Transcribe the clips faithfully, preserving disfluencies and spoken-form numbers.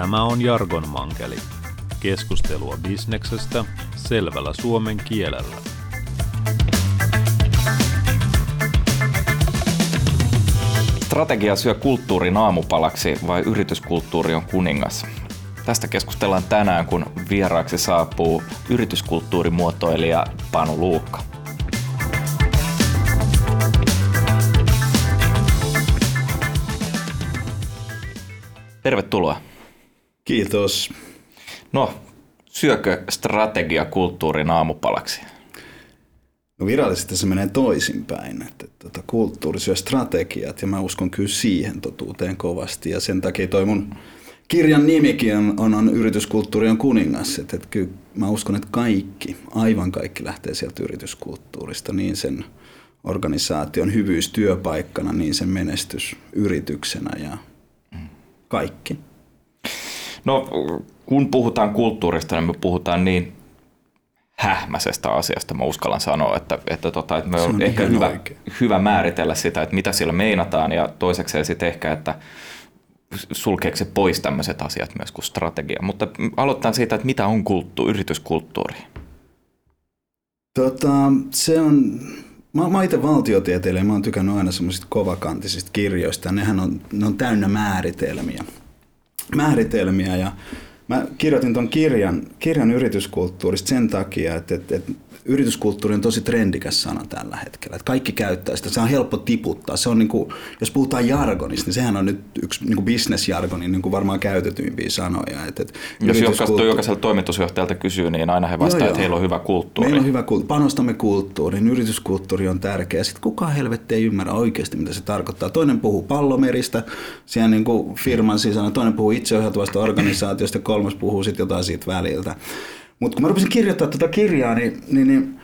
Tämä on Jargon Mankeli. Keskustelua bisneksestä selvällä suomen kielellä. Strategia syö kulttuurin aamupalaksi vai yrityskulttuuri on kuningas? Tästä keskustellaan tänään, kun vieraaksi saapuu yrityskulttuurimuotoilija Panu Luukka. Tervetuloa. Kiitos. No, syökö strategia kulttuurin aamupalaksi? No virallisesti se menee toisinpäin, että tuota, kulttuuri syö strategiat ja mä uskon kyllä siihen totuuteen kovasti ja sen takia toi mun kirjan nimikin on, on, on Yrityskulttuuri on kuningas. Että, että kyllä mä uskon, että kaikki, aivan kaikki lähtee sieltä yrityskulttuurista, niin sen organisaation hyvyys työpaikkana, niin sen menestys yrityksenä ja kaikki. No, kun puhutaan kulttuurista, niin me puhutaan niin hähmäisestä asiasta, mä uskallan sanoa, että, että, tota, että me on, on ehkä hyvä, hyvä määritellä sitä, että mitä sillä meinataan, ja toisekseen sitten ehkä, että sulkeeko se pois tämmöiset asiat myös kuin strategia. Mutta aloitetaan siitä, että mitä on kulttuuri, yrityskulttuuri? Tota, se on... Mä, mä itse valtiotieteilijä, mä oon tykännyt aina semmoisista kovakantisista kirjoista, ja nehän on, ne on täynnä määritelmiä. Määritelmiä ja mä kirjoitin ton kirjan, kirjan yrityskulttuurista sen takia, että, että, että yrityskulttuuri on tosi trendikäs sana tällä hetkellä. Että kaikki käyttää sitä, se on helppo tiputtaa. Se on niin kuin, jos puhutaan jargonista, niin sehän on nyt yksi niin kuin business-jargonin niin kuin varmaan käytetyimpiä sanoja. Että, että jos yrityskulttuuri... jokaiselta toimitusjohtajalta kysyy, niin aina he vastaavat, että heillä on hyvä kulttuuri. Meillä on hyvä kulttuuri. Panostamme kulttuuriin. Yrityskulttuuri on tärkeä. Sitten kukaan helvetti ei ymmärrä oikeasti, mitä se tarkoittaa. Toinen puhuu pallomeristä siellä niin kuin firman sisällä, toinen puhuu itseohjautuvasta organisaatiosta, kolmas puhuu sitten jotain siitä väliltä. Mutta kun mä rupesin kirjoittaa tätä kirjaa, niin, niin, niin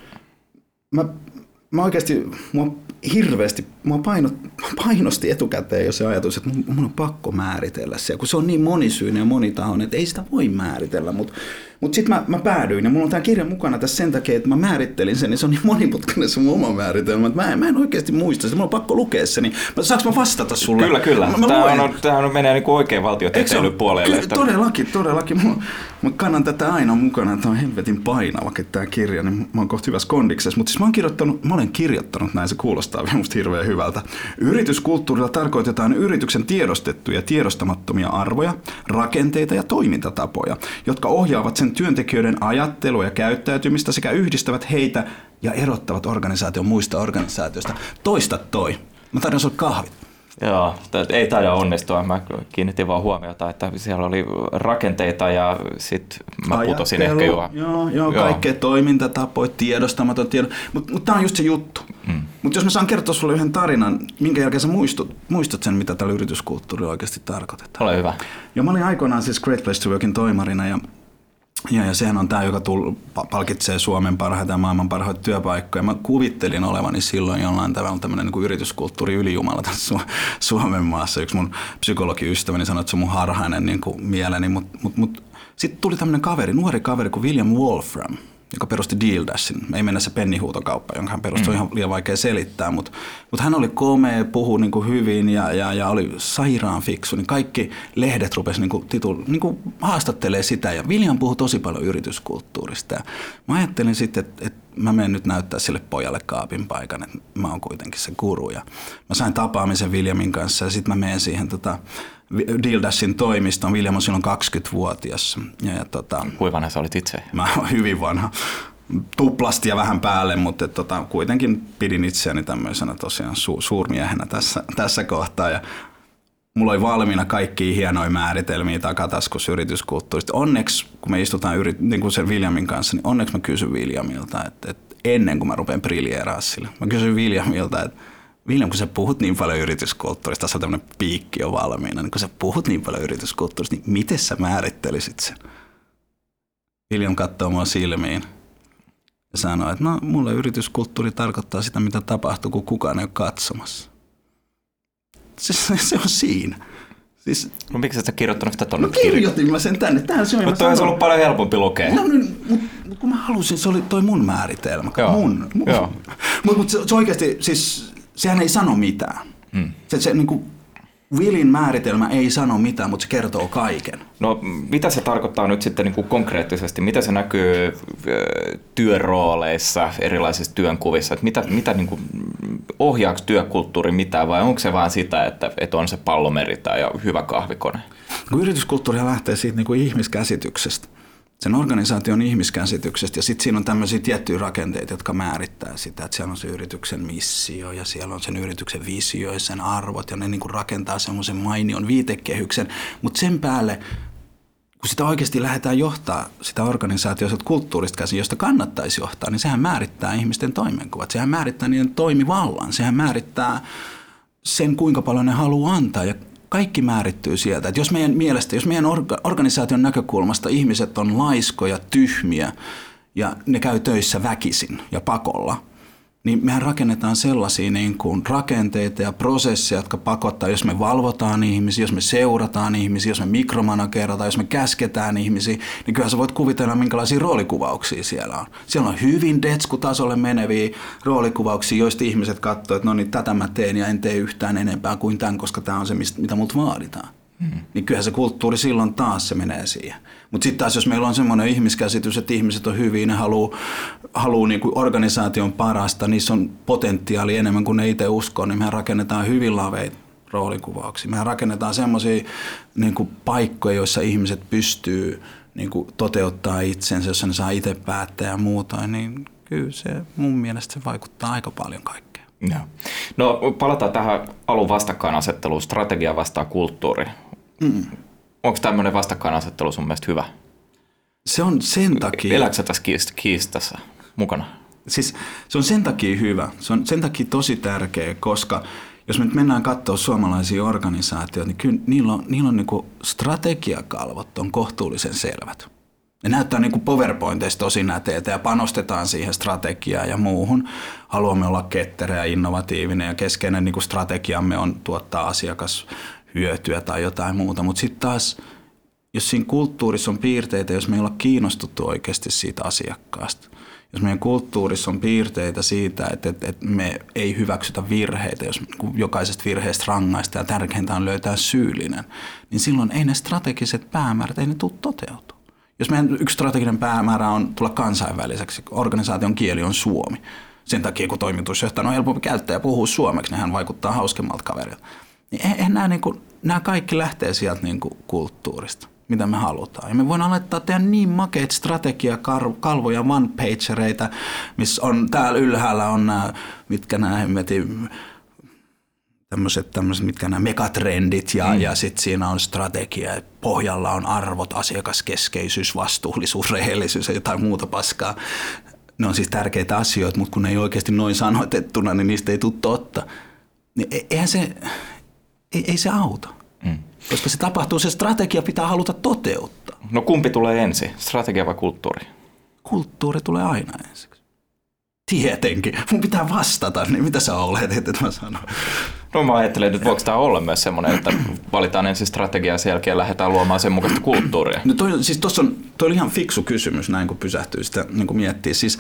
mä, mä oikeasti, mua hirveästi, mua paino, painosti etukäteen jo se ajatus, että mun, mun on pakko määritellä se, kun se on niin monisyinen ja monitahoinen, että ei sitä voi määritellä. Mutta mut sitten mä, mä päädyin ja mulla on tämä kirja mukana tässä sen takia, että mä määrittelin sen, niin se on niin monimutkainen se mun oma määritelmä, että mä en, mä en oikeasti muista sitä, mulla on pakko lukea se, niin saanko mä vastata sulle? Kyllä, kyllä. Mä, mä tämä, on, tämä on, menee niin kuin oikein valtiotieteilyn puolelle. Kyllä, todellakin, todellakin. Mä, mä kannan tätä aina mukana, että on helvetin painavakin tämä kirja, niin mä oon kohta hyvässä kondiksessa. Mutta siis mä, oon kirjoittanut, mä olen kirjoittanut, näin se kuulostaa vielä musta hirveän hyvältä. Yrityskulttuurilla tarkoitetaan yrityksen tiedostettuja ja tiedostamattomia arvoja, rakenteita ja toimintatapoja, jotka ohjaavat sen työntekijöiden ajattelua ja käyttäytymistä sekä yhdistävät heitä ja erottavat organisaation muista organisaatioista. Toista toi. Mä tarjoan sulle kahvit. Joo, ei taida onnistua. Mä kiinnitin vaan huomiota, että siellä oli rakenteita ja sitten mä putosin ehkä jo. Joo, joo, kaikkea toimintatapoja, tiedostamaton tiedon. Mutta mut tää on just se juttu. Mm. Mutta jos mä saan kertoa sulle yhden tarinan, minkä jälkeen sä muistut, muistat sen, mitä tällä yrityskulttuurilla oikeasti tarkoitetaan. Ole hyvä. Joo, mä olin aikoinaan siis Great Place to Workin toimarina ja Ja, ja sehän on tämä, joka tull, palkitsee Suomen parhaita ja maailman parhaita työpaikkoja. Mä kuvittelin olevani silloin jollain tavalla tämmöinen niin yrityskulttuuri ylijumala tässä Su- Suomen maassa. Yksi mun psykologiystäväni sanoi, että se on mun harhainen niin kuin mieleni. Mutta mut, mut, sitten tuli tämmöinen kaveri, nuori kaveri kuin William Wolfram, joka perusti DealDashin. Ei mennä se pennihuutokauppa, jonka hän perustui, mm. ihan liian vaikea selittää. Mutta mut hän oli komea, puhui niin kuin hyvin ja, ja, ja oli sairaan fiksu. Niin kaikki lehdet rupesi niin kuin titul, niin kuin haastattelee sitä. Ja William puhui tosi paljon yrityskulttuurista. Ja mä ajattelin sitten, että, että mä menen nyt näyttää sille pojalle kaapin paikan, että mä oon kuitenkin se guru. Ja mä sain tapaamisen Williamin kanssa ja sitten mä menen siihen tota, DealDashin toimistoon. William on silloin kaksikymmentävuotias. Ja, ja, tota, Kuinka vanha sä olit itse? Mä oon hyvin vanha. Tuplasti ja vähän päälle, mutta et, tota, kuitenkin pidin itseäni tämmöisenä tosiaan su- suurmiehenä tässä, tässä kohtaa. Ja mulla oli valmiina kaikkia hienoja määritelmiä takataskussa yrityskulttuurista. Onneksi, kun me istutaan yrit, niin kuin sen Williamin kanssa, niin onneksi mä kysyn Williamilta, että, että ennen kuin mä rupean briljeeraa sille, mä kysyn Williamilta, että William, kun sä puhut niin paljon yrityskulttuurista, tässä on tämmöinen piikki jo valmiina, niin kun sä puhut niin paljon yrityskulttuurista, niin miten sä määrittelisit sen? William katsoo mua silmiin ja sanoo, että no mulle yrityskulttuuri tarkoittaa sitä, mitä tapahtuu, kun kukaan ei ole katsomassa. Se, se on siinä. Siis, no miksi sä kirjoittanut sitä tuonne no, kirjoitin mä sen tänne. Mutta on se ollut paljon helpompi lukea. No, no, mutta kun mä halusin, se oli toi mun määritelmä. Joo. Mun. Joo. Mutta mut se, se oikeasti, siis sehän ei sano mitään. Hmm. Se, se niin kuin Willin määritelmä ei sano mitään, mutta se kertoo kaiken. No mitä se tarkoittaa nyt sitten niin kuin konkreettisesti? Mitä se näkyy työrooleissa, erilaisissa työnkuvissa? Että mitä, mitä niin kuin, ohjaako työkulttuuri mitään vai onko se vaan sitä, että, että on se pallomeri tai hyvä kahvikone? Yrityskulttuuri lähtee siitä niin kuin ihmiskäsityksestä. Sen organisaation ihmiskäsityksestä ja sitten siinä on tämmöisiä tiettyjä rakenteita, jotka määrittää sitä, että siellä on se yrityksen missio ja siellä on sen yrityksen visio ja sen arvot ja ne niin kuin rakentaa semmoisen mainion viitekehyksen, mutta sen päälle, kun sitä oikeasti lähdetään johtaa sitä organisaatiota kulttuurista käsin, josta kannattaisi johtaa, niin sehän määrittää ihmisten toimenkuvat, sehän määrittää niiden toimivallan, sehän määrittää sen, kuinka paljon ne haluaa antaa ja kaikki määrittyy sieltä, että jos meidän mielestä, jos meidän orga, organisaation näkökulmasta ihmiset on laiskoja, tyhmiä ja ne käy töissä väkisin ja pakolla, niin mehän rakennetaan sellaisia niin kuin rakenteita ja prosesseja, jotka pakottaa, jos me valvotaan ihmisiä, jos me seurataan ihmisiä, jos me mikromanageerataan, jos me käsketään ihmisiä, niin kyllä sä voit kuvitella, minkälaisia roolikuvauksia siellä on. Siellä on hyvin detskutasolle meneviä roolikuvauksia, joista ihmiset katsoo, että no niin, tätä mä teen ja en tee yhtään enempää kuin tämän, koska tämä on se, mitä multa vaaditaan. Hmm. Niin kyllähän se kulttuuri silloin taas se menee siihen. Mutta sitten taas jos meillä on semmoinen ihmiskäsitys, että ihmiset on hyviä, ne haluaa haluu niinku organisaation parasta, niissä on potentiaali enemmän kuin ne itse uskoo, niin mehän rakennetaan hyvin laveita roolikuvauksia. Mehän rakennetaan semmoisia niinku paikkoja, joissa ihmiset pystyy niinku toteuttaa itsensä, jossa ne saa itse päättää ja muuta, niin kyllä se mun mielestä se vaikuttaa aika paljon kaikkeen. Ja. No palataan tähän alun vastakkainasetteluun, strategia vastaan kulttuuri. Mm. Onko tämmöinen vastakkainasettelu sun mielestä hyvä? Se on sen takia... Elääkö sä tässä kiistassa mukana? Siis se on sen takia hyvä. Se on sen takia tosi tärkeä, koska jos me nyt mennään katsoa suomalaisia organisaatioita, niin kyllä niillä on, niillä on niin kuin strategiakalvot on kohtuullisen selvät. Ne näyttää niin kuin PowerPointeista tosi näteitä ja panostetaan siihen strategiaan ja muuhun. Haluamme olla ketterä ja innovatiivinen ja keskeinen niin kuin strategiamme on tuottaa asiakashyötyä tai jotain muuta. Mutta sitten taas, jos siinä kulttuurissa on piirteitä, jos me ei olla kiinnostuttu oikeasti siitä asiakkaasta, jos meidän kulttuurissa on piirteitä siitä, että, että, että me ei hyväksytä virheitä, jos jokaisesta virheestä rangaista ja tärkeintä on löytää syyllinen, niin silloin ei ne strategiset päämäärät, ei ne tule toteutua. Jos meidän yksi strateginen päämäärä on tulla kansainväliseksi, organisaation kieli on suomi. Sen takia, kun toimitusjohtaja on helpompi käyttää ja puhua suomeksi, niin hän vaikuttaa hauskemmalta kaverilta. Niin eihän nämä, niin kuin, nämä kaikki lähtee sieltä niin kuin kulttuurista, mitä me halutaan. Ja me voidaan aloittaa tehdä niin makeita strategiakalvoja, one-pagereita, missä on täällä ylhäällä on nämä, mitkä nämä hemmetin... Tämmöiset, tämmöiset, mitkä nämä megatrendit ja, mm. ja sitten siinä on strategia, pohjalla on arvot, asiakaskeskeisyys, vastuullisuus, rehellisyys ja jotain muuta paskaa. Ne on siis tärkeitä asioita, mutta kun ne ei oikeasti noin sanotettuna, niin niistä ei tule totta. Niin eihän se, ei, ei se auta, mm. koska se tapahtuu, se strategia pitää haluta toteuttaa. No kumpi tulee ensin, strategia vai kulttuuri? Kulttuuri tulee aina ensiksi. Tietenkin. Mun pitää vastata, niin mitä sä oletit, että mä sanon? No mä ajattelen, että voiko tämä olla myös semmoinen, että valitaan ensin strategia ja sen jälkeen lähdetään luomaan sen mukaista kulttuuria? No toi, siis tossa on, toi oli ihan fiksu kysymys näin, kun pysähtyy sitä niin kun miettii. Siis,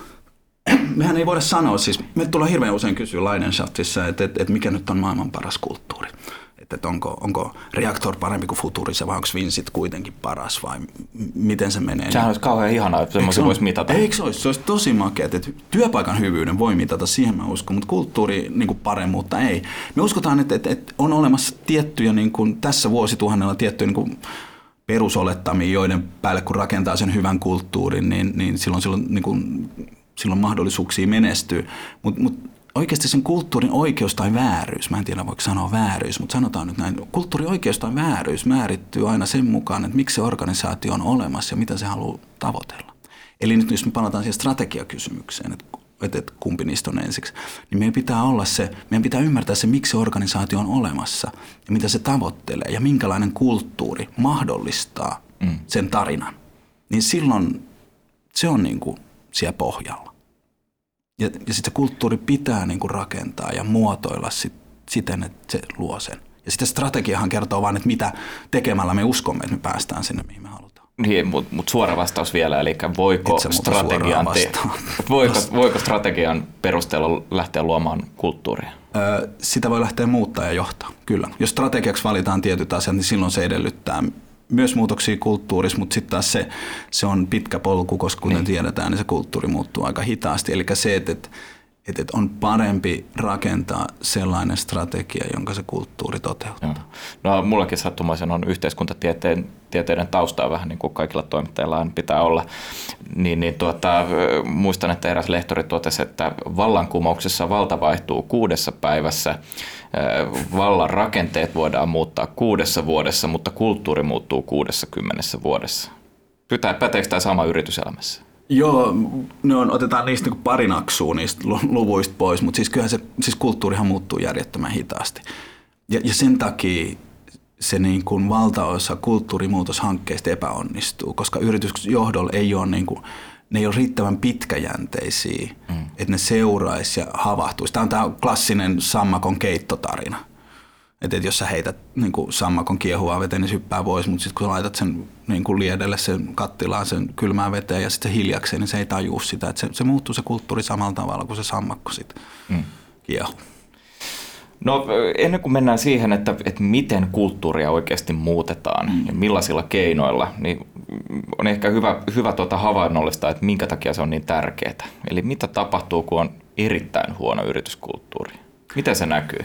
mehän ei voida sanoa, siis me tullaan hirveän usein kysyä Leidenschaftissa, että, että, että mikä nyt on maailman paras kulttuuri. Että, että onko, onko Reaktor parempi kuin Futurissa vai onko Vincit kuitenkin paras vai miten se menee. Sehän olisi kauhean ihanaa, että semmoisia voisi mitata. Eikö se olisi? Se olisi tosi makea, että työpaikan hyvyyden voi mitata, siihen mä uskon, mutta kulttuuri niin kuin paremmuutta ei. Me uskotaan, että, että, että on olemassa tiettyjä, niin kuin tässä vuosituhannella tiettyjä niin kuin perusolettamia, joiden päälle kun rakentaa sen hyvän kulttuurin, niin, niin silloin, silloin, niin kuin, silloin mahdollisuuksia menestyy. Mutta mut, oikeasti sen kulttuurin oikeus tai vääryys, mä en tiedä voiko sanoa vääryys, mutta sanotaan nyt näin, kulttuurin oikeus tai vääryys määrittyy aina sen mukaan, että miksi se organisaatio on olemassa ja mitä se haluaa tavoitella. Eli nyt jos me palataan siihen strategiakysymykseen, että, että kumpi niistä on ensiksi, niin meidän pitää olla se, meidän pitää ymmärtää se, miksi se organisaatio on olemassa ja mitä se tavoittelee ja minkälainen kulttuuri mahdollistaa mm. sen tarinan. Niin silloin se on niin kuin siellä pohjalla. Ja, ja sitten se kulttuuri pitää niinku rakentaa ja muotoilla sit, siten, että se luo sen. Ja sitten strategiahan kertoo vain, että mitä tekemällä me uskomme, että me päästään sinne, mihin me halutaan. Niin, mutta mut suora vastaus vielä, eli voiko strategian, te- voiko, voiko strategian perusteella lähteä luomaan kulttuuria? Öö, sitä voi lähteä muuttaa ja johtaa, kyllä. Jos strategiaksi valitaan tietyt asiat, niin silloin se edellyttää myös muutoksia kulttuurissa, mutta sitten taas se, se on pitkä polku, koska kuten niin. tiedetään, niin se kulttuuri muuttuu aika hitaasti. Eli se, että et, et, et on parempi rakentaa sellainen strategia, jonka se kulttuuri toteuttaa. Joo. No mullakin sattumaisen on yhteiskuntatieteiden tieteiden taustaa vähän niin kuin kaikilla toimittajilla aina pitää olla. Niin, niin tuota, muistan, että eräs lehtori totesi, että vallankumouksessa valta vaihtuu kuudessa päivässä. Vallan rakenteet voidaan muuttaa kuudessa vuodessa, mutta kulttuuri muuttuu kuudessakymmenessä vuodessa. Pytää, päteekö tämä sama yrityselämässä? Joo, ne on, otetaan niistä niin pari naksua niistä luvuista pois, mutta siis kyllähän se siis kulttuurihan muuttuu järjettömän hitaasti. Ja, ja sen takia se niin kuin valtaosa kulttuurimuutoshankkeista epäonnistuu, koska yritysjohdolla ei ole, niin kuin, ne ei ole riittävän pitkäjänteisiä, mm. että ne seuraisi ja havahtuisi. Tämä on tämä klassinen sammakon keittotarina. Että et jos sä heität niin kuin sammakon kiehuvaa veteen, niin se hyppää pois, mutta sitten kun sä laitat sen niin kuin liedelle sen kattilaan, sen kylmään veteen ja sitten se hiljakseen, niin se ei tajuu sitä. Että se, se muuttuu se kulttuuri samalla tavalla kuin se sammakko sitten mm. kiehuu. No ennen kuin mennään siihen, että, että miten kulttuuria oikeasti muutetaan mm. ja millaisilla keinoilla, niin on ehkä hyvä, hyvä tuota havainnollista, että minkä takia se on niin tärkeää. Eli mitä tapahtuu, kun on erittäin huono yrityskulttuuri? Miten se näkyy?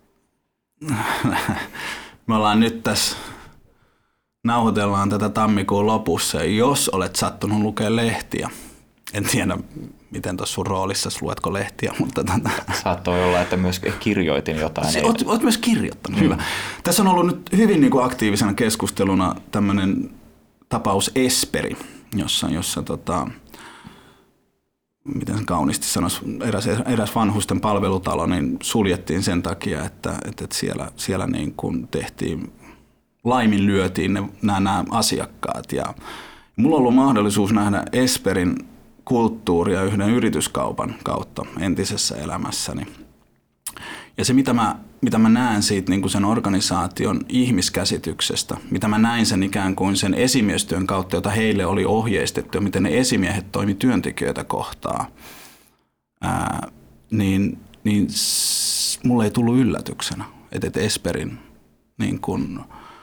Me ollaan nyt tässä, nauhoitellaan tätä tammikuun lopussa ja jos olet sattunut lukea lehtiä, en tiedä miten tuossa sun roolissa, luetko lehtiä, mutta... Tätä. Saattoi olla, että myös kirjoitin jotain. Se, oot, oot myös kirjoittanut, mm. hyvä. Tässä on ollut nyt hyvin niin kuin aktiivisena keskusteluna tämmöinen tapaus Esperi, jossa, jossa tota, miten sen kauniisti sanoisi, eräs, eräs vanhusten palvelutalo niin suljettiin sen takia, että, että siellä, siellä niin kuin tehtiin, laiminlyötiin ne, nämä, nämä asiakkaat. Ja mulla on ollut mahdollisuus nähdä Esperin kulttuuria yhden yrityskaupan kautta entisessä elämässäni. Ja se, mitä mä, mitä mä näen siitä niin kuin sen organisaation ihmiskäsityksestä, mitä mä näin sen ikään kuin sen esimiestyön kautta, jota heille oli ohjeistettu ja miten ne esimiehet toimi työntekijöitä kohtaan, ää, niin, niin mulle ei tullut yllätyksenä, että, että Esperin niin kuin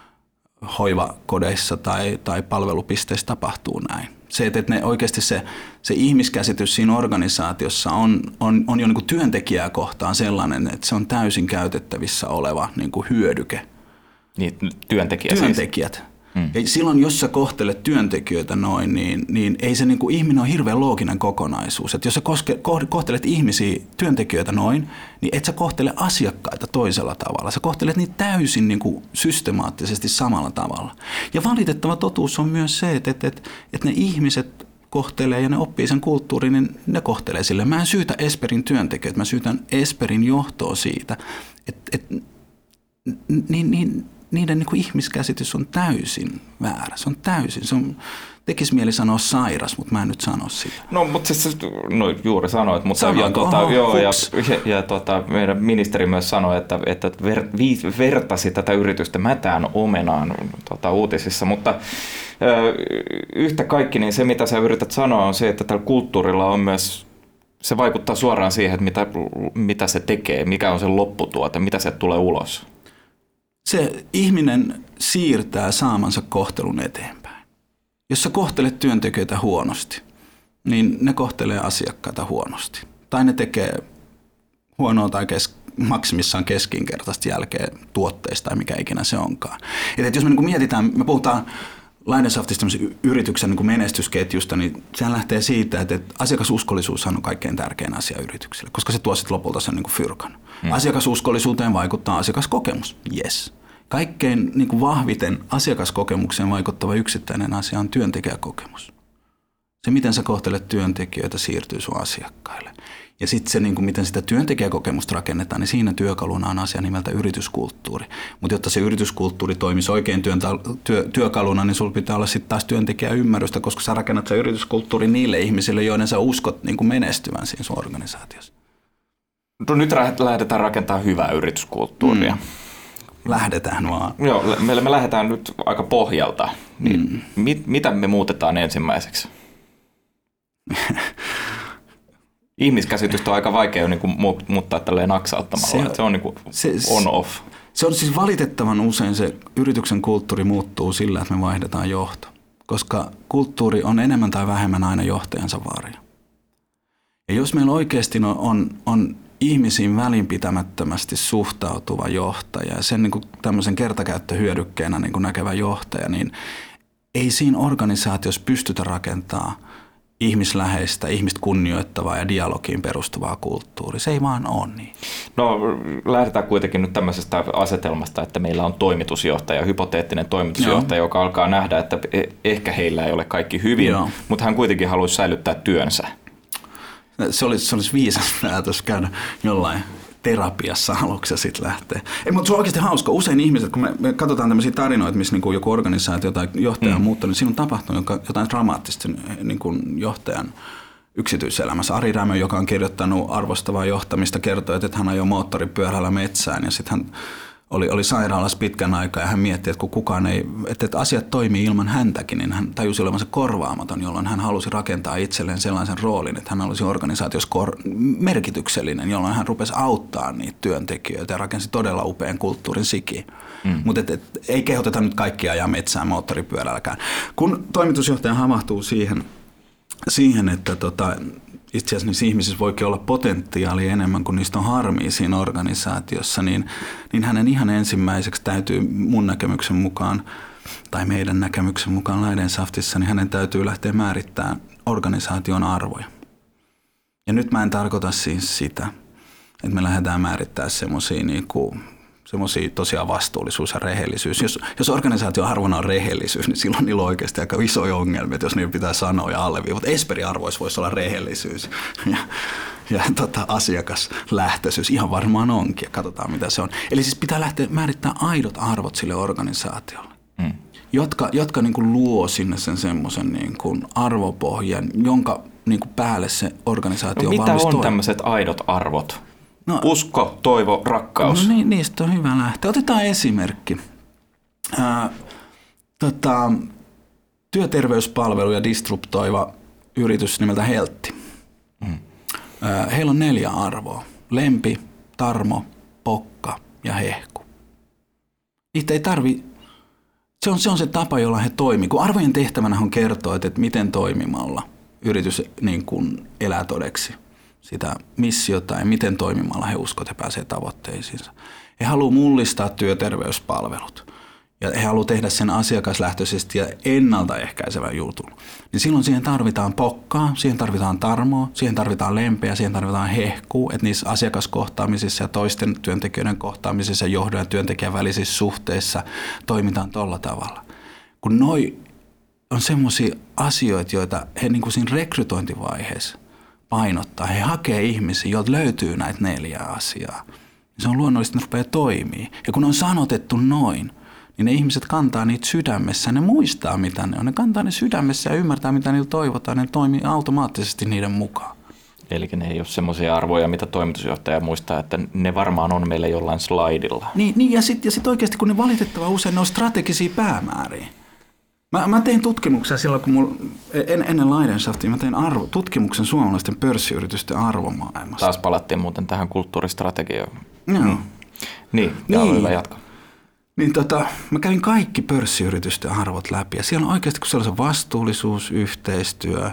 hoivakodeissa tai, tai palvelupisteissä tapahtuu näin. Se, että ne oikeasti se, se ihmiskäsitys siinä organisaatiossa on, on, on jo niin kuin työntekijää kohtaan sellainen, että se on täysin käytettävissä oleva niin kuin hyödyke. Niin, työntekijä Työntekijät. Siis. Hmm. Ja silloin, jos sä kohtelet työntekijöitä noin, niin, niin ei se niin kuin ihminen ole hirveän looginen kokonaisuus. Että jos sä koske, kohtelet ihmisiä, työntekijöitä noin, niin et sä kohtele asiakkaita toisella tavalla. Sä kohtelet niitä täysin niin kuin systemaattisesti samalla tavalla. Ja valitettava totuus on myös se, että, että, että, että ne ihmiset kohtelee ja ne oppii sen kulttuurin, niin ne kohtelee sille. Mä en syytä Esperin työntekijöitä, mä syytän Esperin johtoa siitä, että, että niin, niin, niiden niin kuin ihmiskäsitys on täysin väärä. Se on täysin. Se on, tekisi mieli sanoa sairas, mutta mä en nyt sano sitä. No, mutta siis, no juuri sanoit, mutta ja, tuota, Oho, joo, ja, ja, ja tuota, meidän ministeri myös sanoi, että, että ver, vi, vertasi tätä yritystä mätään omenaan tuota, uutisissa, mutta ö, yhtä kaikki, niin se mitä sä yrität sanoa on se, että tällä kulttuurilla on myös, se vaikuttaa suoraan siihen, että mitä, mitä se tekee, mikä on se lopputuote, mitä se tulee ulos. Se ihminen siirtää saamansa kohtelun eteenpäin. Jos sä kohtelet työntekijöitä huonosti, niin ne kohtelee asiakkaita huonosti. Tai ne tekee huonoa tai kes- maksimissaan keskinkertaista jälkeen tuotteista tai mikä ikinä se onkaan. Et, et jos me niin mietitään, me puhutaan Leidensoftista yrityksen niin menestysketjusta, niin sehän lähtee siitä, että asiakasuskollisuus on kaikkein tärkein asia yritykselle, koska se tuo sitten lopulta sen niin fyrkan. Hmm. Asiakasuskollisuuteen vaikuttaa asiakaskokemus, yes. Kaikkein niin kuin vahviten asiakaskokemukseen vaikuttava yksittäinen asia on työntekijäkokemus. Se, miten sä kohtelet työntekijöitä, siirtyy sun asiakkaille. Ja sitten se, niin kuin miten sitä työntekijäkokemusta rakennetaan, niin siinä työkaluna on asia nimeltä yrityskulttuuri. Mutta jotta se yrityskulttuuri toimisi oikein työn, työ, työkaluna, niin sulla pitää olla sitten taas työntekijäymmärrystä, koska sä rakennat se yrityskulttuuri niille ihmisille, joiden sä uskot niin kuin menestyvän siinä sun organisaatiossa. No nyt lähdetään rakentamaan hyvää yrityskulttuuria. Mm. lähdetään vaan. Joo, me, me lähdetään nyt aika pohjalta. Niin mm. mit, mitä me muutetaan ensimmäiseksi? Ihmiskäsitystä on aika vaikea niin kuin muuttaa tälleen naksauttamalla. Se, se on niin kuin se, on-off. Se on siis valitettavan usein se yrityksen kulttuuri muuttuu sillä, että me vaihdetaan johto. Koska kulttuuri on enemmän tai vähemmän aina johtajansa varjo. Ja jos meillä oikeasti on, on, on ihmisiin välinpitämättömästi suhtautuva johtaja ja sen niin kuin tämmöisen kertakäyttöhyödykkeenä niin kuin näkevä johtaja, niin ei siinä organisaatiossa pystytä rakentamaan ihmisläheistä, ihmistä kunnioittavaa ja dialogiin perustuvaa kulttuuria. Se ei vaan ole niin. No lähdetään kuitenkin nyt tämmöisestä asetelmasta, että meillä on toimitusjohtaja, hypoteettinen toimitusjohtaja, Joo. joka alkaa nähdä, että ehkä heillä ei ole kaikki hyvin, Joo. mutta hän kuitenkin haluaisi säilyttää työnsä. Se olisi, se olisi viisas päätös käydä jollain terapiassa aluksi ja sitten lähtee. Ei, mutta se on oikeasti hauska. Usein ihmiset, kun me, me katsotaan tämmöisiä tarinoita, missä niin kuin joku organisaatio tai johtaja on mm. muuttanut, niin siinä on tapahtunut jotain dramaattista niin kuin johtajan yksityiselämässä. Ari Rämö, joka on kirjoittanut arvostavaa johtamista, kertoi, että hän ajoi moottoripyörällä metsään ja sitten hän oli, oli sairaalassa pitkän aikaa ja hän mietti, että kun kukaan ei, että, että asiat toimii ilman häntäkin, niin hän tajusi olevansa korvaamaton, jolloin hän halusi rakentaa itselleen sellaisen roolin, että hän olisi organisaatiossa kor- merkityksellinen, jolloin hän rupesi auttaa niitä työntekijöitä ja rakensi todella upean kulttuurin sikiin. Mm. Mutta et, et, ei kehoteta nyt kaikkia ajaa metsään moottoripyörälläkään. Kun toimitusjohtaja havahtuu siihen, siihen että tota, itse asiassa niissä ihmisissä voikin olla potentiaalia enemmän kuin niistä on harmia siinä organisaatiossa, niin, niin hänen ihan ensimmäiseksi täytyy mun näkemyksen mukaan, tai meidän näkemyksen mukaan Leidensaftissa, niin hänen täytyy lähteä määrittämään organisaation arvoja. Ja nyt mä en tarkoita siis sitä, että me lähdetään määrittämään semmoisia niinku semmoisia tosiaan vastuullisuus ja rehellisyys. Jos, jos organisaation arvona on rehellisyys, niin silloin niillä on oikeasti aika isoja ongelmia, jos niillä pitää sanoa ja alleviivata. Esperin arvoissa voisi olla rehellisyys ja, ja tota, asiakaslähtöisyys. Ihan varmaan onkin ja katsotaan mitä se on. Eli siis pitää lähteä määrittämään aidot arvot sille organisaatiolle, mm. jotka, jotka niin kuin luo sinne sen semmoisen niin kuin arvopohjan, jonka niin kuin päälle se organisaatio no, on valmis mitä on toimia. Tämmöiset aidot arvot? No, usko, toivo, rakkaus. No niin, niistä on hyvä lähteä. Otetaan esimerkki. Ää, tota, työterveyspalveluja disruptoiva yritys nimeltä Heltti. Mm. Ää, heillä on neljä arvoa. Lempi, tarmo, pokka ja hehku. Niitä ei tarvi, se on, se on se tapa, jolla he toimii. Kun arvojen tehtävänä on kertoa, että miten toimimalla yritys niin kuin elää todeksi sitä missiota ja miten toimimalla he uskovat, että he pääsevät tavoitteisiinsa. He haluavat mullistaa työterveyspalvelut ja he haluavat tehdä sen asiakaslähtöisesti ja ennaltaehkäisevän jutun. Niin silloin siihen tarvitaan pokkaa, siihen tarvitaan tarmoa, siihen tarvitaan lempeä, siihen tarvitaan hehkua, että niissä asiakaskohtaamisissa ja toisten työntekijöiden kohtaamisissa ja johdon ja työntekijän välisissä suhteissa toimitaan tolla tavalla. Kun noi on semmoisia asioita, joita he niin kuin siinä rekrytointivaiheessa painottaa. He hakee ihmisiä, joilta löytyy näitä neljää asiaa. Se on luonnollisesti, että ne rupeaa toimii. Ja kun on sanotettu noin, niin ne ihmiset kantaa niitä sydämessä. Ne muistaa, mitä ne on. Ne kantaa ne sydämessä ja ymmärtää, mitä niillä toivotaan. Ne toimii automaattisesti niiden mukaan. Eli ne ei ole semmoisia arvoja, mitä toimitusjohtaja muistaa, että ne varmaan on meillä jollain slaidilla. Niin, niin ja sitten sit oikeasti, kun ne valitettava usein ne on strategisia päämääriä. Mä, mä tein tutkimuksia silloin, kun mulla, en, ennen Leidensaftia, mä tein arvo, tutkimuksen suomalaisten pörssiyritysten arvomaailmasta. Taas palattiin muuten tähän kulttuuristrategiaan. Joo. Mm. Niin, ja niin. Hyvä jatko. Niin tota, mä kävin kaikki pörssiyritysten arvot läpi ja siellä on oikeasti, kun siellä on vastuullisuus, yhteistyö,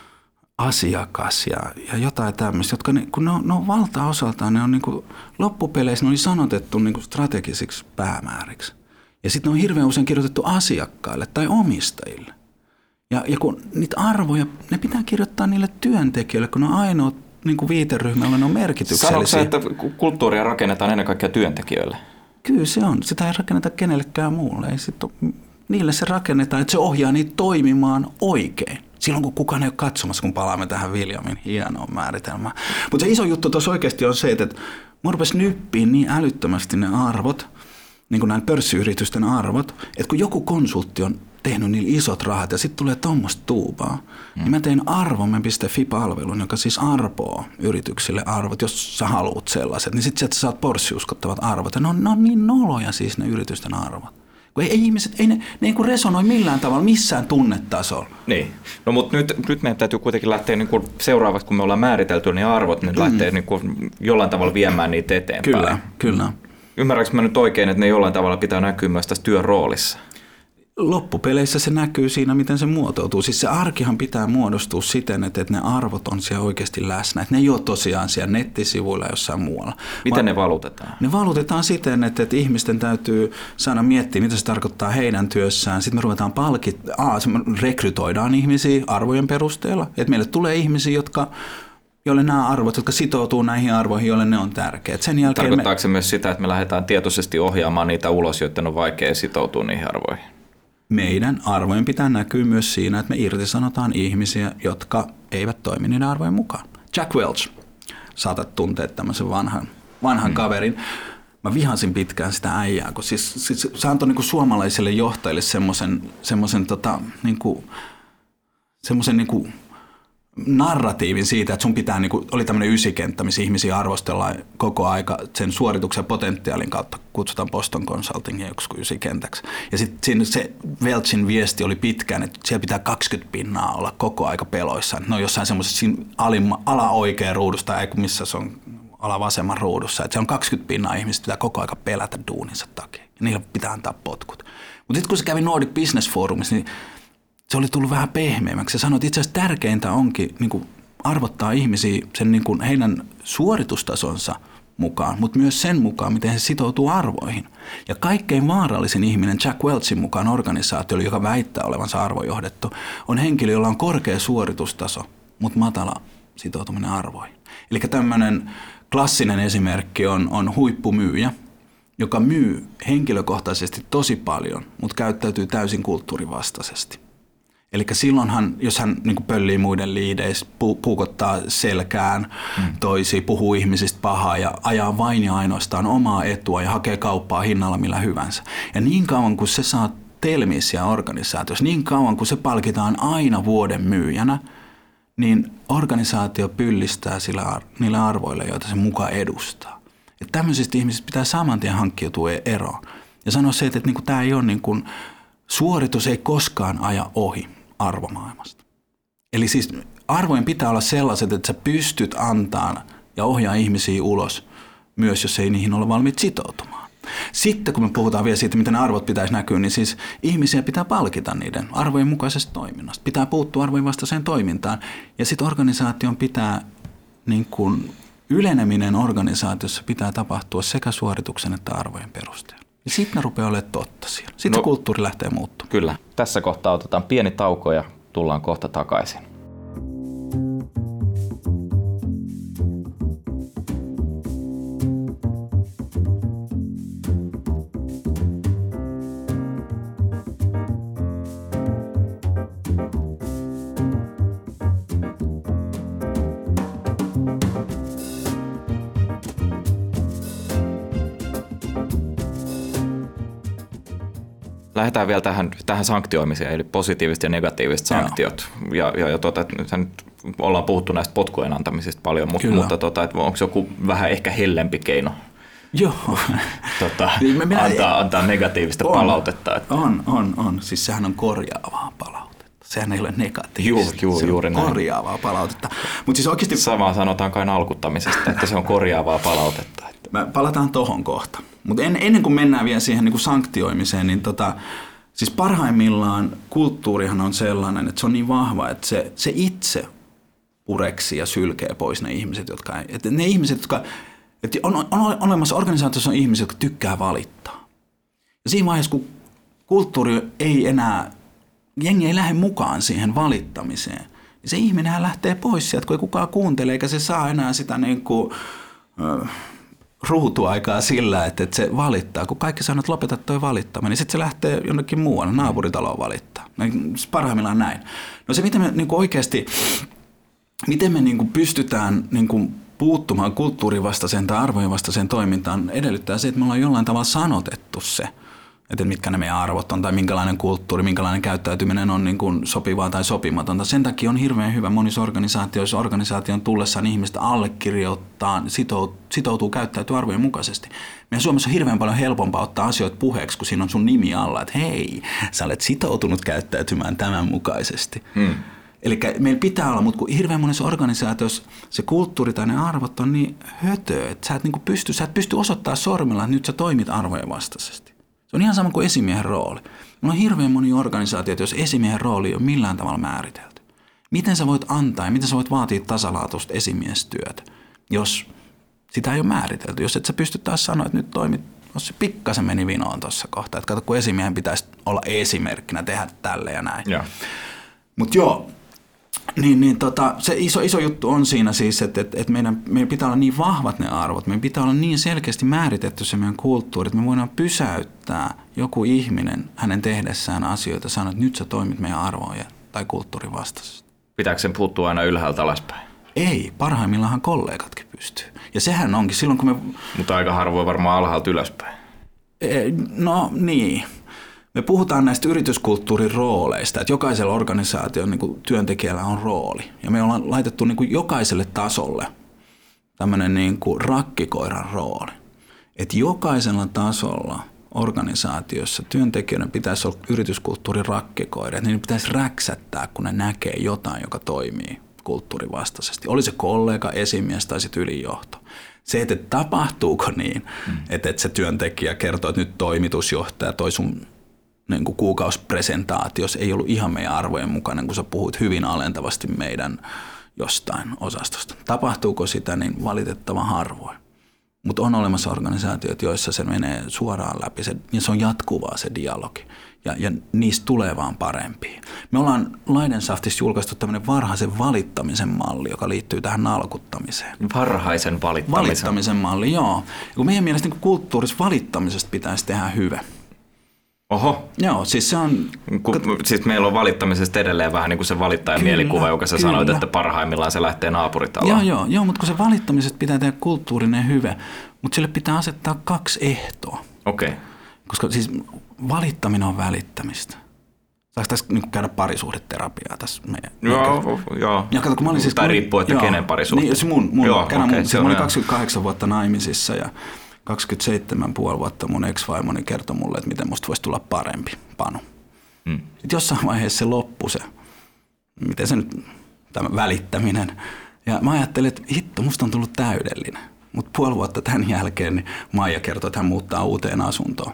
asiakas ja, ja jotain tämmöistä, jotka ne, kun ne on, ne on valtaosaltaan, ne on niin kuin, loppupeleissä ne oli sanotettu niin kuin strategisiksi päämääriksi. Ja sitten ne on hirveän usein kirjoitettu asiakkaille tai omistajille. Ja, ja kun niitä arvoja, ne pitää kirjoittaa niille työntekijöille, kun ne on ainoa niin kuin viiteryhmä, jolle ne on merkityksellisiä. Sanoitko että kulttuuria rakennetaan ennen kaikkea työntekijöille? Kyllä se on. Sitä ei rakenneta kenellekään muulle. Ei sit ole, niille se rakennetaan, että se ohjaa niitä toimimaan oikein. Silloin kun kukaan ei ole katsomassa, kun palaamme tähän Williamin hienoon määritelmään. Mutta se iso juttu tuossa oikeasti on se, että mä rupesin nyppiin niin älyttömästi ne arvot, niin kuin näin pörssiyritysten arvot, että kun joku konsultti on tehnyt niillä isot rahat ja sitten tulee tuommoista tuubaa. Mm. Niin mä tein arvomme piste fi-palvelun, joka siis arpoo yrityksille arvot, jos sä haluat sellaiset. Niin sitten sieltä sä saat pörssiuskottavat arvot. Ja ne on, ne on niin noloja siis ne yritysten arvot. Kun ei, ei ihmiset, ei ne, ne ei resonoi millään tavalla, missään tunnetasolla. Niin. No mutta nyt, nyt meidän täytyy kuitenkin lähteä niin kuin seuraavaksi, kun me ollaan määritelty ne arvot, niin mm. lähtee niin kuin jollain tavalla viemään niitä eteenpäin. Kyllä, kyllä. Ymmärrätkö mä nyt oikein, että ne jollain tavalla pitää näkyä myös tässä työn roolissa? Loppupeleissä se näkyy siinä, miten se muotoutuu. Siis se arkihan pitää muodostua siten, että ne arvot on siellä oikeasti läsnä. Että ne ei ole tosiaan siellä nettisivuilla jossain muualla. Miten Vaan ne valutetaan? Ne valutetaan siten, että, että ihmisten täytyy saada miettiä, mitä se tarkoittaa heidän työssään. Sitten me ruvetaan palkit, aa, me rekrytoidaan ihmisiä arvojen perusteella. Että meille tulee ihmisiä, jotka... joille nämä arvot, jotka sitoutuu näihin arvoihin, joille ne on tärkeät. Sen jälkeen Tarkoittaako me... se myös sitä, että me lähdetään tietoisesti ohjaamaan niitä ulos, joiden on vaikea sitoutua niihin arvoihin? Meidän arvojen pitää näkyä myös siinä, että me irtisanotaan ihmisiä, jotka eivät toimi niiden arvojen mukaan. Jack Welch, saatat tuntea tämmöisen vanhan, vanhan hmm. kaverin. Mä vihasin pitkään sitä äijää, kun siis, siis se antoi niin kuin suomalaisille johtajille semmoisen, semmoisen tota, niin kuin, semmoisen niin kuin narratiivin siitä, että sun pitää, niin kuin, oli tämmöinen ysikenttä, missä ihmisiä arvostellaan koko aika sen suorituksen potentiaalin kautta, kutsutaan Boston Consultingin joku ysikentäksi. Ja sitten se Welchin viesti oli pitkään, että siellä pitää kaksikymmentä pinnaa olla koko aika peloissaan. Ne on jossain semmoisessa ala-oikea ruudusta, ei kun missä se on ala-vasemman ruudussa. Että se on kaksikymmentä pinnaa ihmistä, pitää koko aika pelätä duuninsa takia. Ja niillä pitää antaa potkut. Mutta sitten kun se kävi Nordic Business Forumissa, niin se oli tullut vähän pehmeämmäksi. Se sanoi, että itse asiassa tärkeintä onkin niin kuin arvottaa ihmisiä sen niin kuin heidän suoritustasonsa mukaan, mutta myös sen mukaan, miten he sitoutuu arvoihin. Ja kaikkein vaarallisin ihminen Jack Welchin mukaan organisaatiolle, joka väittää olevansa arvojohdettu, on henkilö, jolla on korkea suoritustaso, mutta matala sitoutuminen arvoihin. Eli tämmöinen klassinen esimerkki on, on huippumyyjä, joka myy henkilökohtaisesti tosi paljon, mutta käyttäytyy täysin kulttuurivastaisesti. Eli silloinhan, jos hän niin kuin pöllii muiden liideissä, pu- puukottaa selkään mm. toisia, puhuu ihmisistä pahaa ja ajaa vain ja ainoastaan omaa etua ja hakee kauppaa hinnalla millä hyvänsä. Ja niin kauan kuin se saa telmiä organisaatiossa, niin kauan kuin se palkitaan aina vuoden myyjänä, niin organisaatio pyllistää sillä, niillä arvoilla, joita se mukaan edustaa. Ja tämmöisistä ihmisistä pitää saman tien hankkiutua eroon. Ja sanoa se, että, että niin kuin tämä ei ole niin kuin, suoritus ei koskaan aja ohi arvomaailmasta. Eli siis arvojen pitää olla sellaiset, että sä pystyt antamaan ja ohjaa ihmisiä ulos, myös jos ei niihin ole valmiit sitoutumaan. Sitten kun me puhutaan vielä siitä, miten arvot pitäisi näkyä, niin siis ihmisiä pitää palkita niiden arvojen mukaisesta toiminnasta. Pitää puuttua arvojen vastaiseen toimintaan. Ja sitten organisaation pitää, niin kuin yleneminen organisaatiossa pitää tapahtua sekä suorituksen että arvojen perusteella. Ja sitten ne rupeaa olemaan totta siellä. Sitten no, kulttuuri lähtee muuttumaan. Kyllä. Tässä kohtaa otetaan pieni tauko ja tullaan kohta takaisin. Lähdetään vielä tähän, tähän sanktioimiseen, eli positiiviset ja negatiiviset sanktiot. Joo. Ja, ja, ja tuota, nyt ollaan puhuttu näistä potkujen antamisista paljon, mutta, mutta tuota, että onko joku vähän ehkä hellempi keino Joo. Tota, minä, antaa, antaa negatiivista on, palautetta? Että... On, on, on. Siis sehän on korjaavaa palautetta. Sehän ei ole negatiivista. Juu, juu, se juuri on näin. Korjaavaa palautetta. Mut siis oikeasti... Samaa sanotaan kai alkuttamisesta, että se on korjaavaa palautetta. Mä palataan tohon kohta. Mutta en, ennen kuin mennään vielä siihen niin kuin sanktioimiseen, niin tota, siis parhaimmillaan kulttuurihan on sellainen, että se on niin vahva, että se, se itse pureksii ja sylkee pois ne ihmiset, jotka ei, että ne ihmiset, jotka, että on, on, on olemassa organisaatiossa on ihmisiä, jotka tykkää valittaa. Ja siinä vaiheessa, kun kulttuuri ei enää, jengi ei lähde mukaan siihen valittamiseen, niin se ihminenhän lähtee pois sieltä, kun ei kukaan kuuntele, eikä se saa enää sitä niin kuin, äh, ruutuaikaa sillä, että, että se valittaa. Kun kaikki sanoo, että lopeta toi valittaminen, niin sitten se lähtee jonnekin muualle, naapuritaloon valittaa. Parhaimmillaan näin. No se, miten me niin kuin oikeasti, miten me niin kuin pystytään niin kuin puuttumaan kulttuurin vastaiseen tai arvojen vastaiseen toimintaan, edellyttää se, että me ollaan jollain tavalla sanotettu se. että mitkä ne meidän arvot on tai minkälainen kulttuuri, minkälainen käyttäytyminen on niin kuin sopivaa tai sopimatonta. Sen takia on hirveän hyvä monissa organisaatioissa organisaation tullessaan ihmistä allekirjoittaa, sitoutuu, sitoutuu käyttäytyy arvojen mukaisesti. Meidän Suomessa on hirveän paljon helpompaa ottaa asioita puheeksi, kun siinä on sun nimi alla, että hei, sä olet sitoutunut käyttäytymään tämän mukaisesti. Hmm. Eli meillä pitää olla, mutta kun hirveän monessa organisaatiossa se kulttuuri tai ne arvot on niin hötö, että sä et, niin pysty, sä et pysty osoittamaan sormella, että nyt sä toimit arvojen vastaisesti. Se on ihan sama kuin esimiehen rooli. Meillä on hirveän moni organisaatioita, jos esimiehen rooli ei ole millään tavalla määritelty. Miten sä voit antaa ja miten sä voit vaatia tasalaatuista esimiestyötä, jos sitä ei ole määritelty. Jos et sä pysty taas sanoa, että nyt toimit, jos se pikkasen meni vinoon tuossa kohtaa. Että kato, kun esimiehen pitäisi olla esimerkkinä, tehdä tälle ja näin. Mutta joo. Niin, niin tota, se iso, iso juttu on siinä siis, että, että, että meidän, meidän pitää olla niin vahvat ne arvot, meidän pitää olla niin selkeästi määritetty se meidän kulttuuri, että me voidaan pysäyttää joku ihminen hänen tehdessään asioita, sanoa, että nyt sä toimit meidän arvoja tai kulttuurin vastaisesti. Pitääkö sen puuttua aina ylhäältä alaspäin? Ei, parhaimmillaanhan kollegatkin pystyy. Ja sehän onkin silloin, kun me... Mutta aika harvoin varmaan alhaalta ylöspäin. No niin. Me puhutaan näistä yrityskulttuurin rooleista, että jokaisella organisaation niin kuin työntekijällä on rooli. Ja me ollaan laitettu niin kuin jokaiselle tasolle tämmöinen niin kuin rakkikoiran rooli. Että jokaisella tasolla organisaatiossa työntekijöiden pitäisi olla yrityskulttuurin rakkikoira. Että niin pitäisi räksättää, kun ne näkee jotain, joka toimii kulttuurivastaisesti. Oli se kollega, esimies tai sitten ylijohto. Se, että tapahtuuko niin, mm. että, että se työntekijä kertoo, että nyt toimitusjohtaja toi sun niin kuin kuukausipresentaatiossa ei ollut ihan meidän arvojen mukainen, kun sä puhuit hyvin alentavasti meidän jostain osastosta. Tapahtuuko sitä, niin valitettavan harvoin. Mutta on olemassa organisaatioita, joissa se menee suoraan läpi se, ja se on jatkuvaa se dialogi. Ja, ja niistä tulee vaan parempia. Me ollaan Leidensaftissa julkaistu tämmöinen varhaisen valittamisen malli, joka liittyy tähän nalkuttamiseen. Varhaisen valittamisen? Valittamisen malli, joo. Ja kun meidän mielestä niin kulttuurissa valittamisesta pitäisi tehdä hyvä. Oho. Joo, siis se on... Kun, siis meillä on valittamisesta edelleen vähän niin kuin se valittajan kyllä, mielikuva, joka sä kyllä. sanoit, että parhaimmillaan se lähtee naapuritalaan. Joo, joo, joo, mutta kun se valittamisesta pitää tehdä kulttuurinen hyvä, mutta sille pitää asettaa kaksi ehtoa. Okei. Okay. Koska siis valittaminen on välittämistä. Saako tässä niin käydä parisuhdeterapiaa tässä meidän? Joo, joo. Ja kato, kun mä olin siis... Tai riippuu, että joo, kenen parisuhde. Niin, se mun, mun, joo, okay, mun se mä olin kaksikymmentäkahdeksan vuotta naimisissa ja kaksikymmentäseitsemän puoli vuotta mun ex-vaimoni kertoi mulle, että miten musta voisi tulla parempi Panu. Hmm. Sitten jossain vaiheessa se loppui se, miten se nyt, tämä välittäminen. Ja mä ajattelin, että hitto, musta on tullut täydellinen. Mutta puoli vuotta tämän jälkeen niin Maija kertoi, että hän muuttaa uuteen asuntoon.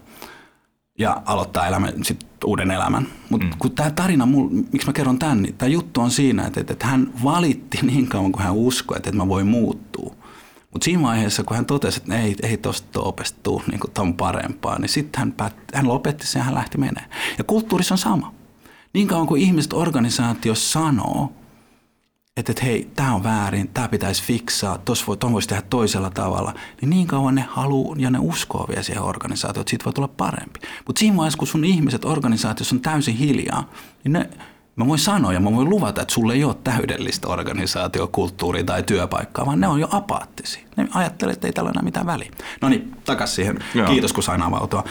Ja aloittaa elämän, sit uuden elämän. Mutta mm. kun tämä tarina, mul, miksi mä kerron tämän, niin tämä juttu on siinä, että, että hän valitti niin kauan, kun hän uskoi, että, että mä voin muuttua. Mutta siinä vaiheessa, kun hän totesi, että ei, ei tosta toopesta tule niin ton parempaa, niin sitten hän, päät, hän lopetti sen ja hän lähti menemään. Ja kulttuurissa on sama. Niin kauan kuin ihmiset organisaatiossa sanoo, että, että hei, tämä on väärin, tämä pitäisi fiksaa, tuon voi, voisi tehdä toisella tavalla, niin niin kauan ne haluaa ja ne uskoo vielä siihen organisaatioon, että siitä voi tulla parempi. Mutta siinä vaiheessa, kun sun ihmiset organisaatiossa on täysin hiljaa, niin ne, mä voin sanoa ja mä voin luvata, että sulle ei ole täydellistä organisaatiokulttuuria tai työpaikkaa, vaan ne on jo apaattisia. Ne ajattelee, että ei tällä ole enää mitään väliä. No niin, takaisin siihen. Joo. Kiitos, kun sain avautua.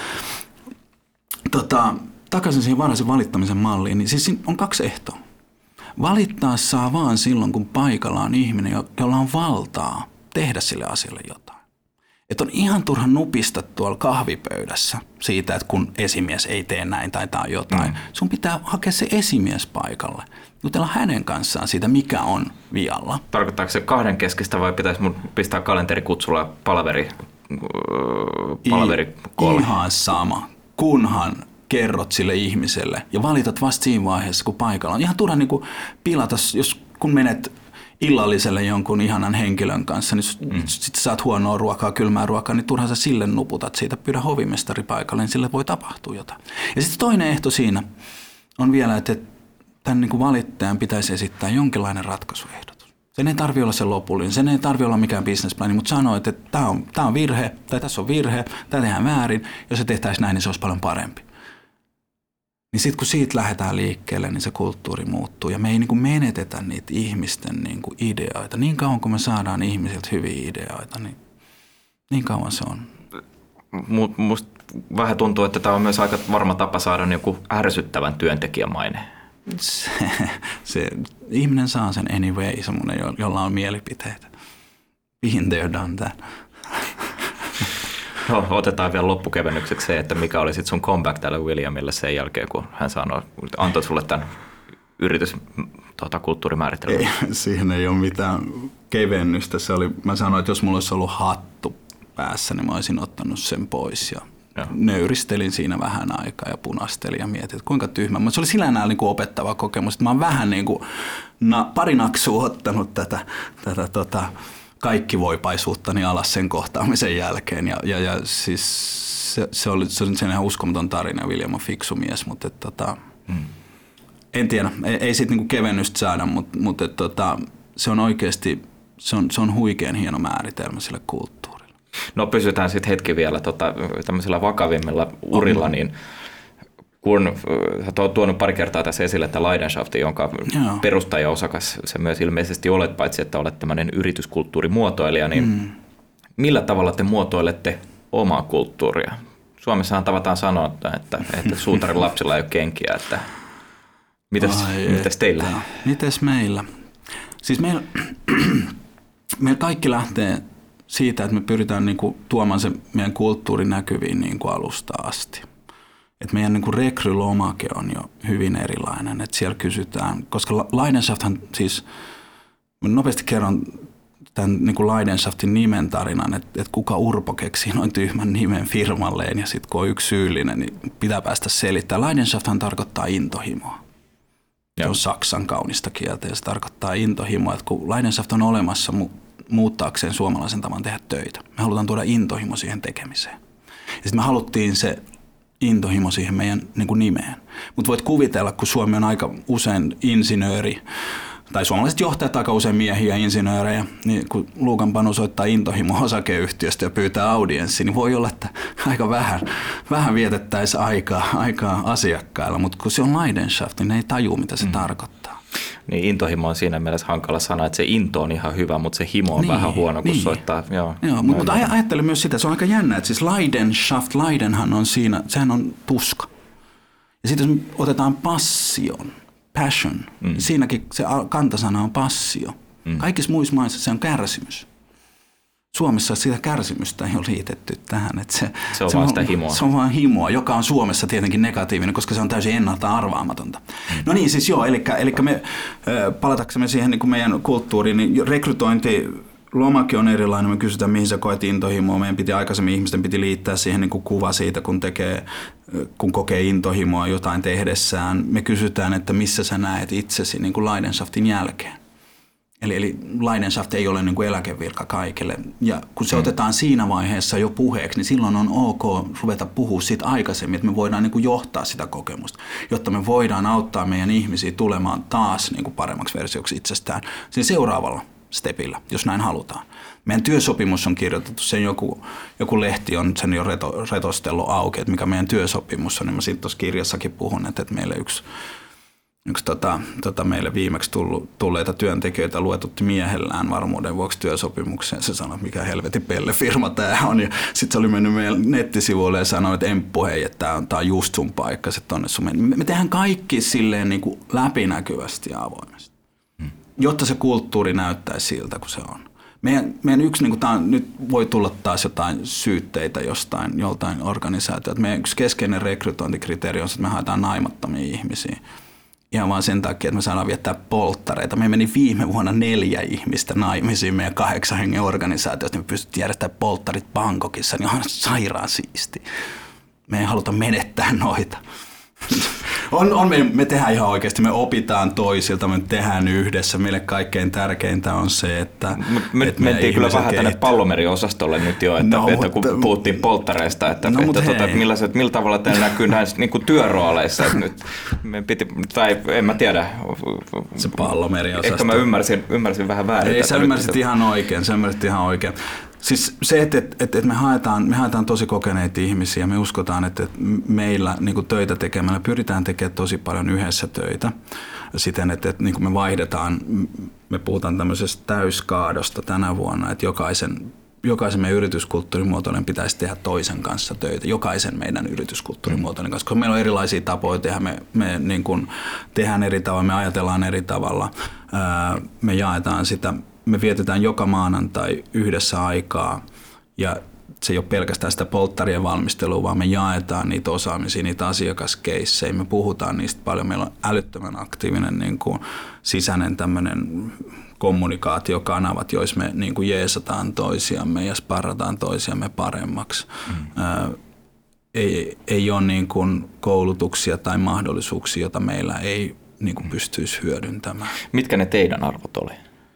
Tota, takaisin siihen varhaisen valittamisen malliin, niin siis on kaksi ehtoa. Valittaa saa vaan silloin, kun paikalla on ihminen, jolla on valtaa tehdä sille asialle jotain. Että on ihan turha nupista tuolla kahvipöydässä siitä, että kun esimies ei tee näin tai tai jotain. Mm. Sun pitää hakea se esimies paikalle. Jutella hänen kanssaan siitä, mikä on vialla. Tarkoittaako se kahden keskistä vai pitäisi mun pistää kalenterikutsulla palaveri, palaveri kolme? Ihan sama, kunhan kerrot sille ihmiselle ja valitat vasta siinä vaiheessa, kun paikalla on. Ihan turha niin kuin pilata, jos kun menet illalliselle jonkun ihanan henkilön kanssa, niin mm. sitten saat huonoa ruokaa, kylmää ruokaa, niin turhaan sä sille nuputat siitä, pyydä hovimestari paikalle, niin sille voi tapahtua jotain. Ja sitten toinen ehto siinä on vielä, että tämän niin kuin valittajan pitäisi esittää jonkinlainen ratkaisuehdotus. Sen ei tarvitse olla se lopullinen, sen ei tarvitse olla mikään businessplani, mutta sanoo, että tämä on, tämä on virhe, tai tässä on virhe, tämä tehdään väärin, jos se tehtäisiin näin, niin se olisi paljon parempi. Niin sitten kun siitä lähdetään liikkeelle, niin se kulttuuri muuttuu. Ja me ei niin kuin menetetä niitä ihmisten niin kuin ideoita. Niin kauan kun me saadaan ihmisiltä hyviä ideoita, niin niin kauan se on. musta vähän tuntuu, että tämä on myös aika varma tapa saada joku ärsyttävän työntekijämaine. Se, se, ihminen saa sen anyway, semmoinen, jo, jolla on mielipiteitä. Been there, done that. No, otetaan vielä loppukevennykseksi se, että mikä oli sitten sun comeback tälle Williamille sen jälkeen, kun hän sanoi, antoi sulle tämän yrityskulttuurimääritelmän. Ei, siihen ei ole mitään kevennystä. Se oli, mä sanoin, että jos mulla olisi ollut hattu päässä, niin mä olisin ottanut sen pois ja Joo. nöyristelin siinä vähän aikaa ja punastelin ja mietin, että kuinka tyhmä. Mutta se oli sillä enää niin kuin opettava kokemus, että mä oon vähän niin kuin na, pari naksua ottanut tätä, tätä tota, kaikkivoipaisuuttani alas sen kohtaamisen jälkeen. Ja, ja, ja siis se, se oli se, se ihan uskomaton tarina, William on fiksu mies, mutta et, tota, hmm. en tiedä, ei, ei siitä niinku kevennystä saada, mutta, mutta et, tota, se on oikeasti, se on, se on huikean hieno määritelmä sille kulttuurille. No pysytään sitten hetki vielä tota, tämmöisillä vakavimmilla urilla, oh. niin kun sä oot tuonut pari kertaa tässä esille, että Leidenschaft, jonka Joo. perustajaosakas se myös ilmeisesti olet, paitsi että olet tämmöinen yrityskulttuurimuotoilija, niin mm. millä tavalla te muotoilette omaa kulttuuria? Suomessahan tavataan sanoa, että, että suutarin lapsilla ei ole kenkiä, että mitäs, Ai mitäs teillä? Että. Mites meillä? Siis meillä, meillä kaikki lähtee siitä, että me pyritään niinku tuomaan se meidän kulttuuri näkyviin niinku alusta asti. Et meidän niin kuin rekrylomake on jo hyvin erilainen, että siellä kysytään, koska Leidenschafthan siis, nopeasti kerron tämän niin kuin Leidenschaftin nimen tarinan, että, että kuka urpo keksii noin tyhmän nimen firmalleen ja sitten kun on yksi syyllinen, niin pitää päästä selittämään. Leidenschafthan tarkoittaa intohimoa. Se on saksan kaunista kieltä ja se tarkoittaa intohimoa, että kun Leidenschaft on olemassa mu- muuttaakseen suomalaisen tavan tehdä töitä, me halutaan tuoda intohimo siihen tekemiseen. Ja sitten me haluttiin se intohimo siihen meidän niin kuin nimeen. Mutta voit kuvitella, kun Suomi on aika usein insinööri, tai suomalaiset johtajat aika usein miehiä insinöörejä, niin kun Luukan Panu soittaa intohimo-osakeyhtiöstä ja pyytää audienssia, niin voi olla, että aika vähän, vähän vietettäisiin aikaa, aikaa asiakkailla, mutta kun se on Leidenschaft, niin ne ei tajua, mitä se mm. tarkoittaa. Niin, intohimo on siinä mielessä hankala sana, että se into on ihan hyvä, mutta se himo on niin, vähän huono, kun niin. soittaa. Joo, Joo mutta, mutta ajattelen myös sitä, se on aika jännä, että siis Leidenschaft, Leidenhan on siinä, sehän on tuska. Ja sitten jos otetaan passion, passion, mm. niin siinäkin se kantasana on passio. Mm. Kaikissa muissa maissa se on kärsimys. Suomessa sitä kärsimystä ei ole liitetty tähän. Että se, se on se vaan on, sitä himoa. Se on vaan himoa, joka on Suomessa tietenkin negatiivinen, koska se on täysin ennalta arvaamatonta. Mm. No niin, siis joo, eli, eli me palataksemme siihen niin kuin meidän kulttuuriin, niin rekrytointi, lomake on erilainen, me kysytään mihin sä koet intohimoa. Meidän piti aikaisemmin, ihmisten piti liittää siihen niin kuin kuva siitä, kun, tekee, kun kokee intohimoa jotain tehdessään. Me kysytään, että missä sä näet itsesi niin kuin Leidenschaftin jälkeen. Eli, eli Leidenschaft ei ole niin kuin eläkevirka kaikille. Ja kun se mm. otetaan siinä vaiheessa jo puheeksi, niin silloin on ok ruveta puhua siitä aikaisemmin, että me voidaan niin kuin johtaa sitä kokemusta, jotta me voidaan auttaa meidän ihmisiä tulemaan taas niin kuin paremmaksi versioksi itsestään siinä seuraavalla stepillä, jos näin halutaan. Meidän työsopimus on kirjoitettu, sen joku, joku lehti on sen jo reto, retostellut auki, että mikä meidän työsopimus on, niin mä siitä tuossa kirjassakin puhun, että, että meille yksi Yksi tota, tota meille viimeksi tullut, tulleita työntekijöitä luetutti miehellään varmuuden vuoksi työsopimukseen. Se sanoi, että mikä helvetin pellefirma tämä on. Ja sitten se oli mennyt meidän nettisivuille ja sanoi, että Emppu, hei, että tämä on, tämä on just sun paikka. Tonne sun me, me tehdään kaikki silleen niin kuin läpinäkyvästi ja avoimesti, hmm. jotta se kulttuuri näyttäisi siltä kuin se on. Meidän, meidän yksi, niin kuin tämä on, nyt voi tulla taas jotain syytteitä jostain, joltain organisaatiolta. Meidän yksi keskeinen rekrytointikriteeri on, että me haetaan naimattomia ihmisiä. Ihan vaan sen takia, että me saadaan viettää polttareita. Me meni viime vuonna neljä ihmistä naimisiin meidän kahdeksan hengen organisaatiosta, niin me pystyttiin järjestämään polttarit Bangkokissa, niin on sairaan siisti. Me ei haluta menettää noita. On, on me, me tehdään ihan oikeasti, me opitaan toisilta, me tehdään yhdessä. Meille kaikkein tärkeintä on se, että... Me että mentiin kyllä vähän tänne Pallomeri-osastolle nyt jo, että, no, että kun mutta, puhuttiin polttareista, että, no, että tuota, millaiset, millä tavalla te näkyy näissä niin kuin työrooleissa. Että nyt me piti, tai en mä tiedä. Se Pallomeri-osasto. Ehkä mä ymmärsin, ymmärsin vähän väärin. Ei, sä ymmärsit ihan oikein, sä ymmärsit ihan oikein. Siis se, että, että, että me, haetaan, me haetaan tosi kokeneita ihmisiä, me uskotaan, että meillä niin kuin töitä tekemällä pyritään tekemään tosi paljon yhdessä töitä siten, että, että niin kuin me vaihdetaan, me puhutaan tämmöisestä täyskaadosta tänä vuonna, että jokaisen jokaisen meidän yrityskulttuurimuotoinen pitäisi tehdä toisen kanssa töitä, jokaisen meidän yrityskulttuurimuotoinen kanssa, koska meillä on erilaisia tapoja tehdä, me, me niin kuin tehdään eri tavalla, me ajatellaan eri tavalla, ää, me jaetaan sitä, me vietetään joka maanantai yhdessä aikaa ja se ei ole pelkästään sitä polttarien valmistelua, vaan me jaetaan niitä osaamisia, niitä asiakaskeissejä, me puhutaan niistä paljon, meillä on älyttömän aktiivinen niin kuin sisäinen tämmöinen kommunikaatiokanavat, joissa me niin kuin jeesataan toisiamme ja sparrataan toisiamme paremmaksi. Mm. Ää, ei, ei ole niin kuin koulutuksia tai mahdollisuuksia, joita meillä ei niin kuin pystyisi hyödyntämään. Mitkä ne teidän arvot oli?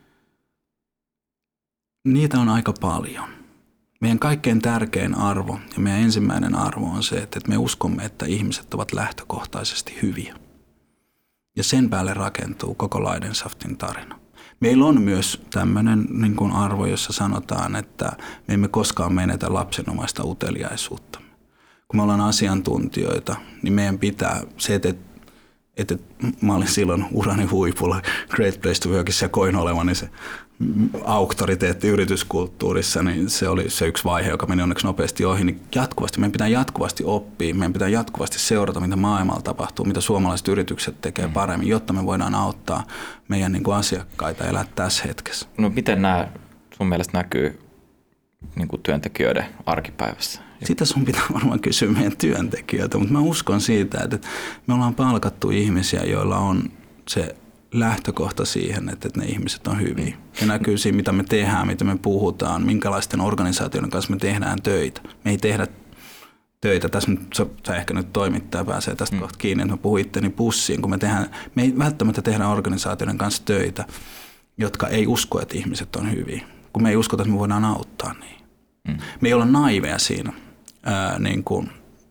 Niitä on aika paljon. Meidän kaikkein tärkein arvo ja meidän ensimmäinen arvo on se, että me uskomme, että ihmiset ovat lähtökohtaisesti hyviä. Ja sen päälle rakentuu koko Leidenschafttin tarina. Meillä on myös tämmöinen niin kuin arvo, jossa sanotaan, että me emme koskaan menetä lapsenomaista uteliaisuutta. Kun me ollaan asiantuntijoita, niin meidän pitää se, että, että mä olin silloin urani huipulla Great Place to Workissa ja koin olevani se auktoriteetti yrityskulttuurissa, niin se oli se yksi vaihe, joka meni onneksi nopeasti ohi. Niin jatkuvasti, meidän pitää jatkuvasti oppia, meidän pitää jatkuvasti seurata, mitä maailmalla tapahtuu, mitä suomalaiset yritykset tekee paremmin, jotta me voidaan auttaa meidän niin kuin asiakkaita elää tässä hetkessä. No miten nämä sun mielestä näkyy niin kuin työntekijöiden arkipäivässä? Sitä sun pitää varmaan kysyä meidän työntekijöitä, mutta mä uskon siitä, että me ollaan palkattu ihmisiä, joilla on se lähtökohta siihen, että ne ihmiset on hyviä. Se näkyy siinä, mitä me tehdään, mitä me puhutaan, minkälaisten organisaatioiden kanssa me tehdään töitä. Me ei tehdä töitä, tässä nyt, sä ehkä nyt toimittaja pääsee tästä mm. kohta kiinni, että mä puhun itteni pussiin, kun me tehdään, me ei välttämättä tehdä organisaatioiden kanssa töitä, jotka ei usko, että ihmiset on hyviä, kun me ei uskota, että me voidaan auttaa niin. Mm. Me ei olla naiveja siinä, ää, niin kuin,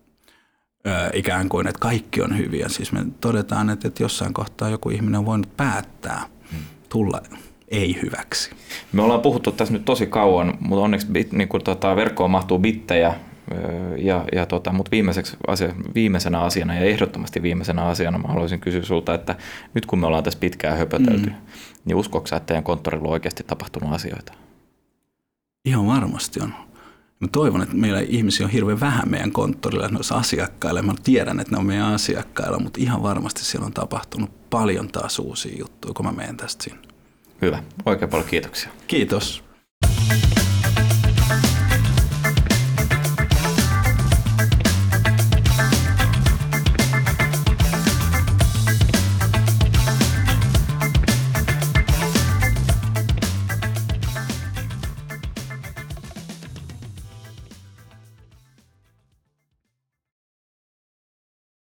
ää, ikään kuin, että kaikki on hyviä. Siis me todetaan, että, että jossain kohtaa joku ihminen on voinut päättää mm. tulla ei-hyväksi. Me ollaan puhuttu tässä nyt tosi kauan, mutta onneksi bit, niin kuin, tota, verkkoon mahtuu bittejä, ja, ja, tota, mutta viimeiseksi asia, viimeisenä asiana ja ehdottomasti viimeisenä asiana mä haluaisin kysyä sulta, että nyt kun me ollaan tässä pitkään höpötelty, mm. niin uskoiko sä, että teidän konttorilla on oikeasti tapahtunut asioita? Ihan varmasti on. Mä toivon, että meillä ihmisiä on hirveän vähän meidän konttorilla, että ne olisi asiakkailla. Mä tiedän, että ne on meidän asiakkailla, mutta ihan varmasti siellä on tapahtunut paljon taas uusia juttuja, kun mä menen tästä sinne. Hyvä. Oikein paljon kiitoksia. Kiitos.